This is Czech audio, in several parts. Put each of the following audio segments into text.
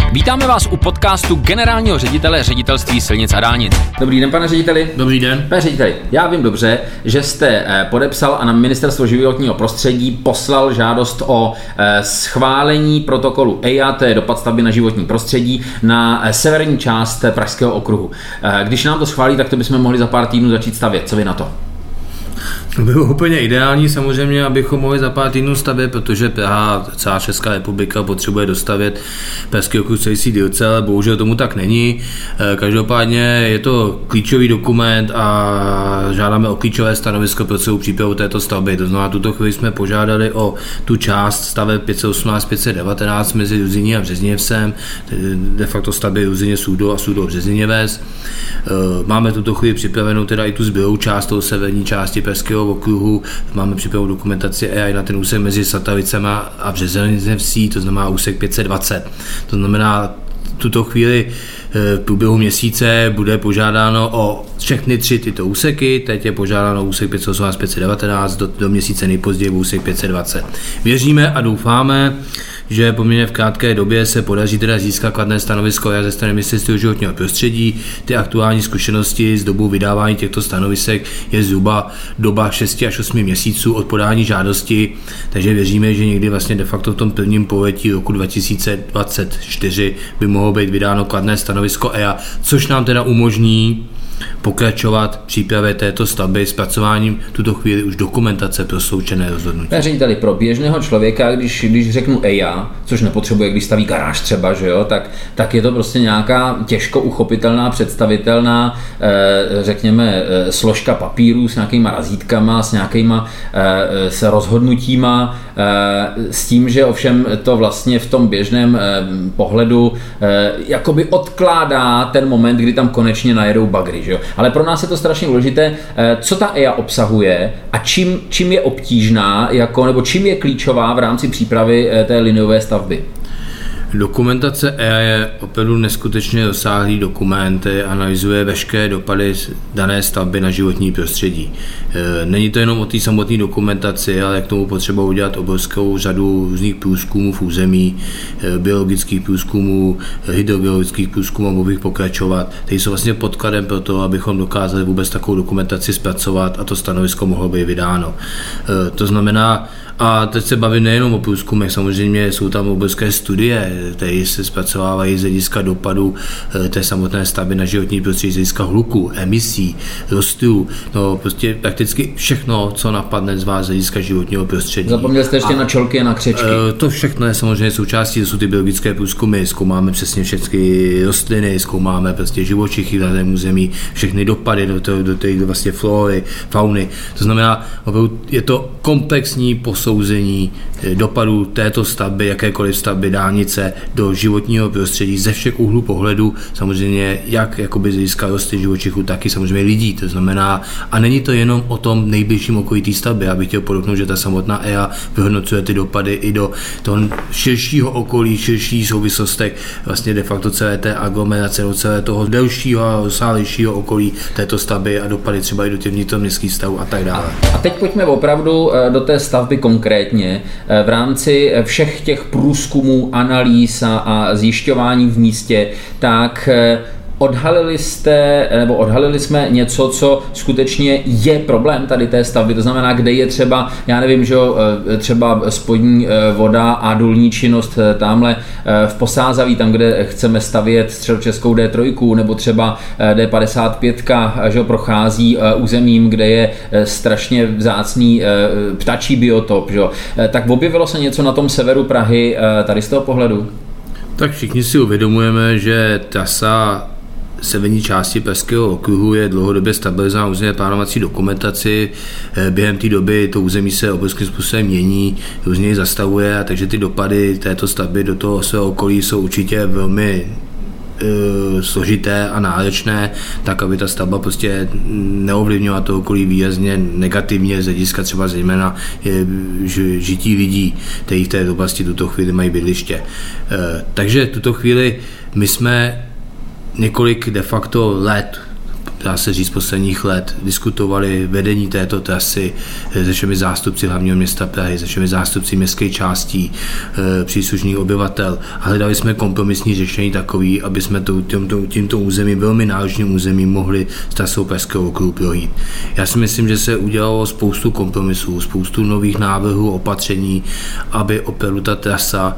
Vítáme vás u podcastu generálního ředitele Ředitelství silnic a dálnic. Dobrý den, pane řediteli. Dobrý den. Pane řediteli, já vím dobře, že jste podepsal a na Ministerstvo životního prostředí poslal žádost o schválení protokolu EIA, to je dopad stavby na životní prostředí, na severní část Pražského okruhu. Když nám to schválí, tak to bychom mohli za pár týdnů začít stavět. Co vy na to? To bylo úplně ideální samozřejmě, abychom mohli za pár týdnů stavět, protože Praha, celá Česká republika potřebuje dostavět Pražský okruh celý dílce, ale bohužel tomu tak není. Každopádně je to klíčový dokument a žádáme o klíčové stanovisko pro celou přípravu této stavby. To znamená, tuto chvíli jsme požádali o tu část staveb 518-519 mezi Ruzyní a Březněvsem, de facto stavby Ruzyně-Sudol a Sudol-Březiněves. Máme tuto chvíli připravenou teda i tu zbylou část, tou severní části Pražského okruhu. Máme připravenou dokumentaci EIA na ten úsek mezi Satalicema a Březiněvsí, to znamená úsek 520. To znamená, tuto chvíli v průběhu měsíce bude požádáno o všechny tři tyto úseky, teď je požádáno úsek 518-519, do měsíce nejpozději úsek 520. Věříme a doufáme, že poměrně v krátké době se podaří teda získat kladné stanovisko ze strany Ministerstva životního prostředí. Ty aktuální zkušenosti s dobou vydávání těchto stanovisek je zhruba doba 6 až 8 měsíců od podání žádosti, takže věříme, že někdy vlastně de facto v tom prvním pololetí roku 2024 by mohlo být vydáno kladné stanovisko EIA, což nám teda umožní pokračovat v přípravě této stavby s zpracováním tuto chvíli už dokumentace pro sloučené rozhodnutí. Pane řediteli, pro běžného člověka, když řeknu EIA, což nepotřebuje, když staví garáž třeba, že jo, tak je to prostě nějaká těžko uchopitelná, představitelná, řekněme, složka papíru s nějakýma razítkama, s nějakýma s rozhodnutíma, s tím, že ovšem to vlastně v tom běžném pohledu jakoby odkládá ten moment, kdy tam konečně najedou bagry. Že jo? Ale pro nás je to strašně důležité, co ta EIA obsahuje a čím je obtížná, nebo čím je klíčová v rámci přípravy té liniové stavby. Dokumentace EIA je opravdu neskutečně rozsáhlý dokument, analyzuje veškeré dopady dané stavby na životní prostředí. Není to jenom o té samotné dokumentaci, ale k tomu potřeba udělat obrovskou řadu různých průzkumů v území, biologických průzkumů, hydrogeologických průzkumů, mohli pokračovat. Ty jsou vlastně podkladem pro to, abychom dokázali vůbec takovou dokumentaci zpracovat a to stanovisko mohlo být vydáno. To znamená, a teď se bavím nejenom o průzkumech, samozřejmě jsou tam obrovské studie, které se zpracovávají z hlediska dopadu té samotné stavby na životní prostředí, z hlediska hluku, emisí, rostů, no prostě prakticky všechno, co napadne z vás z hlediska životního prostředí. Zapomněl jste ještě na čolky a na křečky. To všechno je samozřejmě součástí, to jsou ty biologické průzkumy, zkoumáme přesně všechny rostliny, zkoumáme prostě živočichy na tom území, všechny dopady do té vlastně flory, fauny. To znamená, je to komplexní posouzení dopadů této stavby, jakékoliv stavby dálnice do životního prostředí ze všech úhlů pohledu, samozřejmě jak jakoby z hlediska rostlin, živočichů, tak i samozřejmě lidí. To znamená, a není to jenom o tom nejbližším okolí té stavby. Já bych chtěl podotknout, že ta samotná EIA vyhodnocuje ty dopady i do toho širšího okolí, širších souvislostech vlastně de facto celé té aglomerace, do celé toho delšího a rozsáhlejšího okolí této stavby a dopady třeba i do těch vnitroměstských stavů a tak dále. A teď pojďme opravdu do té stavby konkrétně. V rámci všech těch průzkumů, analýz a zjišťování v místě, tak odhalili jsme něco, co skutečně je problém tady té stavby, to znamená, kde je třeba, já nevím, že třeba spodní voda a důlní činnost tamhle v Posázaví, tam, kde chceme stavět středočeskou D3, nebo třeba D55, že prochází územím, kde je strašně vzácný ptačí biotop, že? Tak objevilo se něco na tom severu Prahy tady z toho pohledu? Tak všichni si uvědomujeme, že trasa severní části Pražského okruhu je dlouhodobě stabilizovaná územně plánovací dokumentaci. Během té doby to území se obrovským způsobem mění, různě zastavuje, a takže ty dopady této stavby do toho svého okolí jsou určitě velmi složité a náročné, tak aby ta stavba prostě neovlivňovala to okolí výrazně negativně z hlediska třeba zejména žití lidí, kteří v té oblasti tuto chvíli mají bydliště. Takže tuto chvíli my jsme několik de facto let dá se říct, posledních let diskutovali vedení této trasy se všemi zástupci hlavního města Prahy, se všemi zástupci městských částí, příslušných obyvatel a hledali jsme kompromisní řešení takový, aby jsme tímto územím, velmi náročným územím mohli s trasou Pražského okruhu projít. Já si myslím, že se udělalo spoustu kompromisů, spoustu nových návrhů, opatření, aby opravdu ta trasa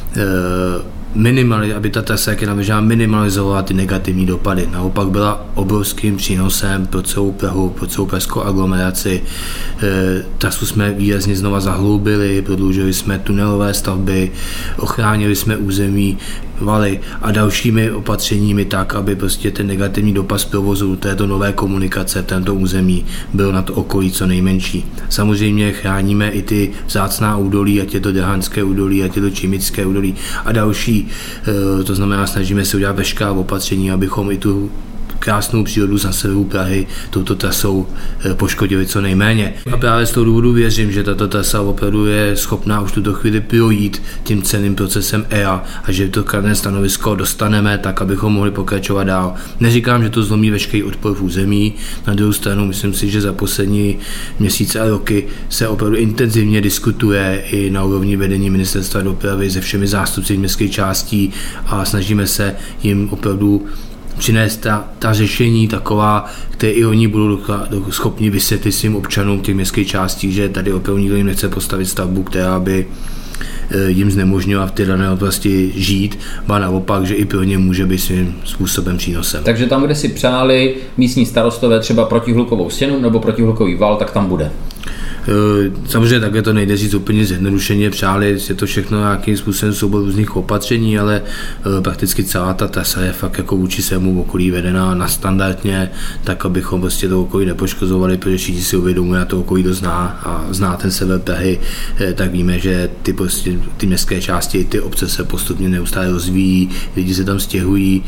aby ta trasa, jak je navržená, minimalizovala ty negativní dopady. Naopak byla obrovským přínosem pro celou Prahu, pro celou pražskou aglomeraci. Trasu jsme výrazně znova zahloubili, prodloužili jsme tunelové stavby, ochránili jsme území valy a dalšími opatřeními tak, aby prostě ten negativní dopad z provozu této nové komunikace v tento území byl na to okolí co nejmenší. Samozřejmě chráníme i ty vzácná údolí, ať je to Drahanské údolí, ať je to Čimičské údolí a další. To znamená, snažíme se udělat veškerá opatření, abychom i tu krásnou přírodu na severu Prahy touto trasou poškodili co nejméně. A právě z toho důvodu věřím, že tato trasa opravdu je schopná už tuto chvíli projít tím cenným procesem EIA a že to kladné stanovisko dostaneme tak, abychom mohli pokračovat dál. Neříkám, že to zlomí veškerý odpor v území, na druhou stranu myslím si, že za poslední měsíce a roky se opravdu intenzivně diskutuje i na úrovni vedení ministerstva dopravy se všemi zástupci městských částí a snažíme se jim opravdu přinést ta řešení taková, které i oni budou schopni vysvětlit svým občanům těch městských částí, že tady opravdu nikdo jim nechce postavit stavbu, která by jim znemožnila v té dané oblasti žít, a naopak, že i pro ně může být svým způsobem přínosem. Takže tam, kde si přáli místní starostové třeba protihlukovou stěnu nebo protihlukový val, tak tam bude. Samozřejmě takhle to nejde říct úplně zjednodušeně, přáli, je to všechno nějakým způsobem soubor různých opatření, ale prakticky celá ta trasa je fakt jako vůči svému okolí vedená na standardně, tak abychom prostě to okolí nepoškozovali, protože všichni si uvědomují, a to okolí to zná a zná ten sever Prahy, tak víme, že ty městské části, ty obce se postupně neustále rozvíjí, lidi se tam stěhují,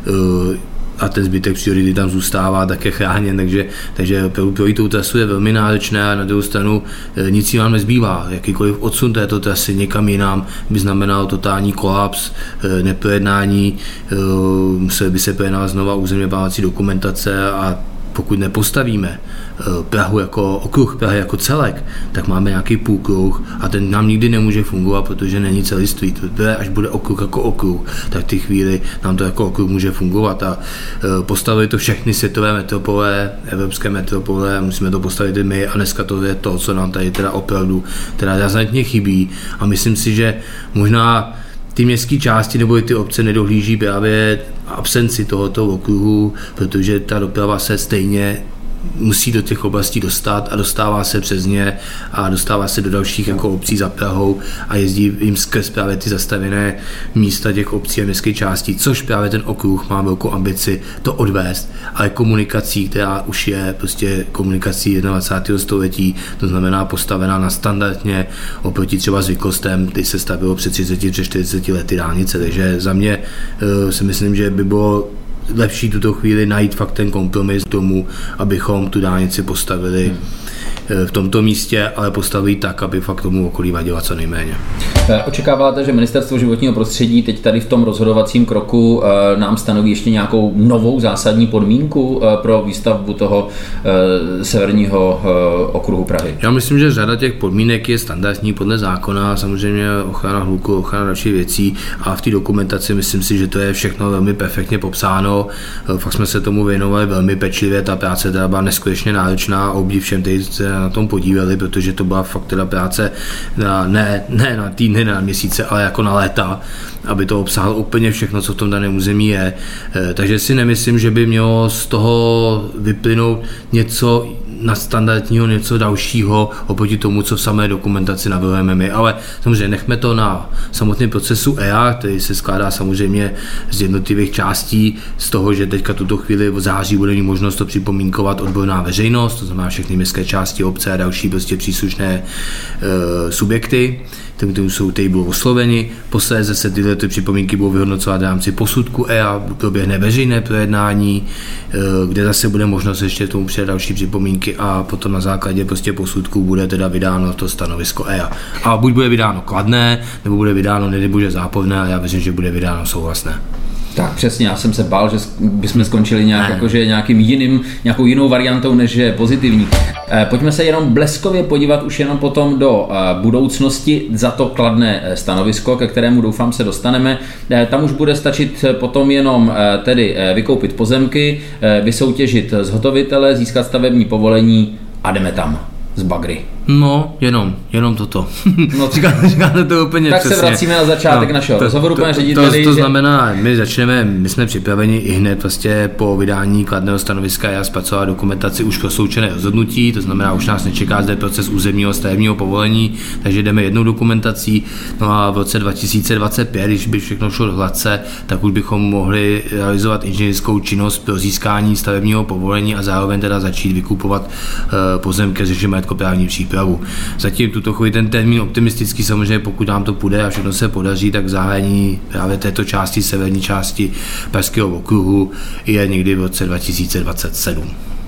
a ten zbytek přírody tam zůstává, tak je chráněn, takže projít tou trasu je velmi náročné a na druhou stranu nic vám nezbývá. Jakýkoliv odsun této trasy někam jinam by znamenal totální kolaps, neprojednání, museli by se projednávat znova územně plánovací dokumentace a pokud nepostavíme Prahu jako okruh, Prahy jako celek, tak máme nějaký půlkruh a ten nám nikdy nemůže fungovat, protože není celistvý. Až bude okruh jako okruh, tak v té chvíli nám to jako okruh může fungovat a postavili to všechny světové metropole, evropské metropole, musíme to postavit i my a dneska to je to, co nám tady teda opravdu teda razantně chybí a myslím si, že možná ty městské části nebo i ty obce nedohlíží právě absenci tohoto okruhu, protože ta doprava se stejně musí do těch oblastí dostat a dostává se přes ně a dostává se do dalších jako obcí za Prahou a jezdí jim skrz právě ty zastavěné místa těch obcí a městských částí, což právě ten okruh má velkou ambici to odvést, ale komunikací, která už je prostě komunikací 21. století, to znamená postavená na standardně oproti třeba zvyklostem, ty se stavilo před 40 lety dálnice, takže za mě si myslím, že by bylo lepší tuto chvíli najít fakt ten kompromis k tomu, abychom tu dálnici postavili v tomto místě, ale postavili tak, aby fakt tomu okolí vadila co nejméně. Očekáváte, že Ministerstvo životního prostředí teď tady v tom rozhodovacím kroku nám stanoví ještě nějakou novou zásadní podmínku pro výstavbu toho severního okruhu Prahy? Já myslím, že řada těch podmínek je standardní podle zákona, samozřejmě ochrana hluku, ochrana dalších věcí a v té dokumentaci myslím si, že to je všechno velmi perfektně popsáno. Fakt jsme se tomu věnovali velmi pečlivě, ta práce teda byla neskutečně náročná, obdiv všem, kteří se na tom podívali, protože to byla fakt teda práce ne na týdny, na měsíce, ale jako na léta, aby to obsáhlo úplně všechno, co v tom daném území je. Takže si nemyslím, že by mělo z toho vyplynout něco nadstandardního, něco dalšího oproti tomu, co v samé dokumentaci navrhujeme my. Ale samozřejmě nechme to na samotném procesu EIA, který se skládá samozřejmě z jednotlivých částí, z toho, že teďka tuto chvíli v září bude mít možnost to připomínkovat odborná veřejnost, to znamená všechny městské části, obce a další prostě příslušné subjekty, které budou osloveni. Posléze se tyhle připomínky budou vyhodnocovat v rámci posudku EIA, proběhne veřejné projednání, kde zase bude možnost ještě tomu přidat další připomínky a potom na základě prostě posudku bude teda vydáno to stanovisko EIA. A buď bude vydáno kladné, nebo bude vydáno nedebože záporné, a já věřím, že bude vydáno souhlasné. Tak přesně, já jsem se bál, že bychom skončili nějakou jinou variantou, než je pozitivní. Pojďme se jenom bleskově podívat už jenom potom do budoucnosti, za to kladné stanovisko, ke kterému doufám se dostaneme. Tam už bude stačit potom jenom tedy vykoupit pozemky, vysoutěžit zhotovitele, získat stavební povolení a jdeme tam z bagry. No, jenom toto. No, říkáte to úplně tak přesně. Se vracíme na začátek našeho rozhovoru, pane řediteli. To znamená, my jsme připraveni i hned vlastně po vydání kladného stanoviska já zpracovat dokumentaci už pro sloučené rozhodnutí, to znamená, už nás nečeká zde proces územního stavebního povolení, takže jdeme jednou dokumentací, no a v roce 2025, když by všechno šlo hladce, tak už bychom mohli realizovat inženýrskou činnost pro získání stavebního povolení a zároveň teda začít vykupovat pozemky, řešit majetkoprávní přípravu. Zatím tuto chvíli ten termín optimistický, samozřejmě pokud nám to půjde a všechno se podaří, tak zahájení právě této části, severní části Pražského okruhu je někdy v roce 2027.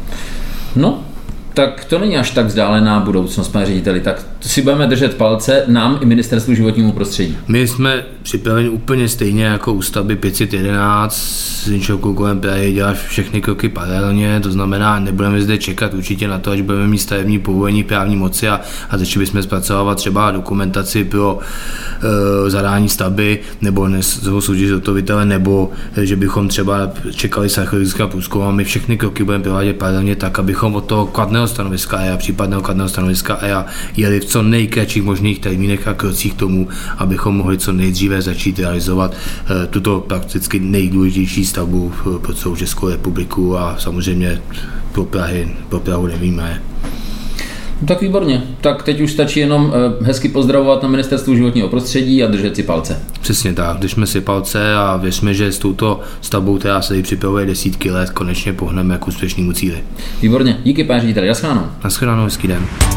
No, tak to není až tak vzdálená budoucnost, pane řediteli, tak si budeme držet palce nám i Ministerstvu životnímu prostředí. My jsme připraveni úplně stejně jako u stavby 511 s Inčovkou kolem Prahy dělat všechny kroky paralelně, to znamená, nebudeme zde čekat určitě na to, až budeme mít stavební povolení právní moci a začali bychom zpracovávat třeba dokumentaci pro zadání stavby nebo soutěž zhotovitele, nebo že bychom třeba čekali s archeologickým průzkumem a my všechny kroky budeme provádět paralelně tak, abychom od toho kladného stanoviska EIA, případného kladného stanoviska EIA jeli v co nejkratších možných termínech a krocích k tomu, abychom mohli co nejdříve začít realizovat tuto prakticky nejdůležitější stavbu pro celou Českou republiku a samozřejmě pro Prahu nevíme. No tak výborně. Tak teď už stačí jenom hezky pozdravovat na Ministerstvu životního prostředí a držet si palce. Přesně tak, držme si palce a věřme, že s touto stavbou, která se připravuje desítky let, konečně pohneme k úspěšnému cíli. Výborně. Díky, pane řediteli. Naschledanou. Naschledanou, hezký den.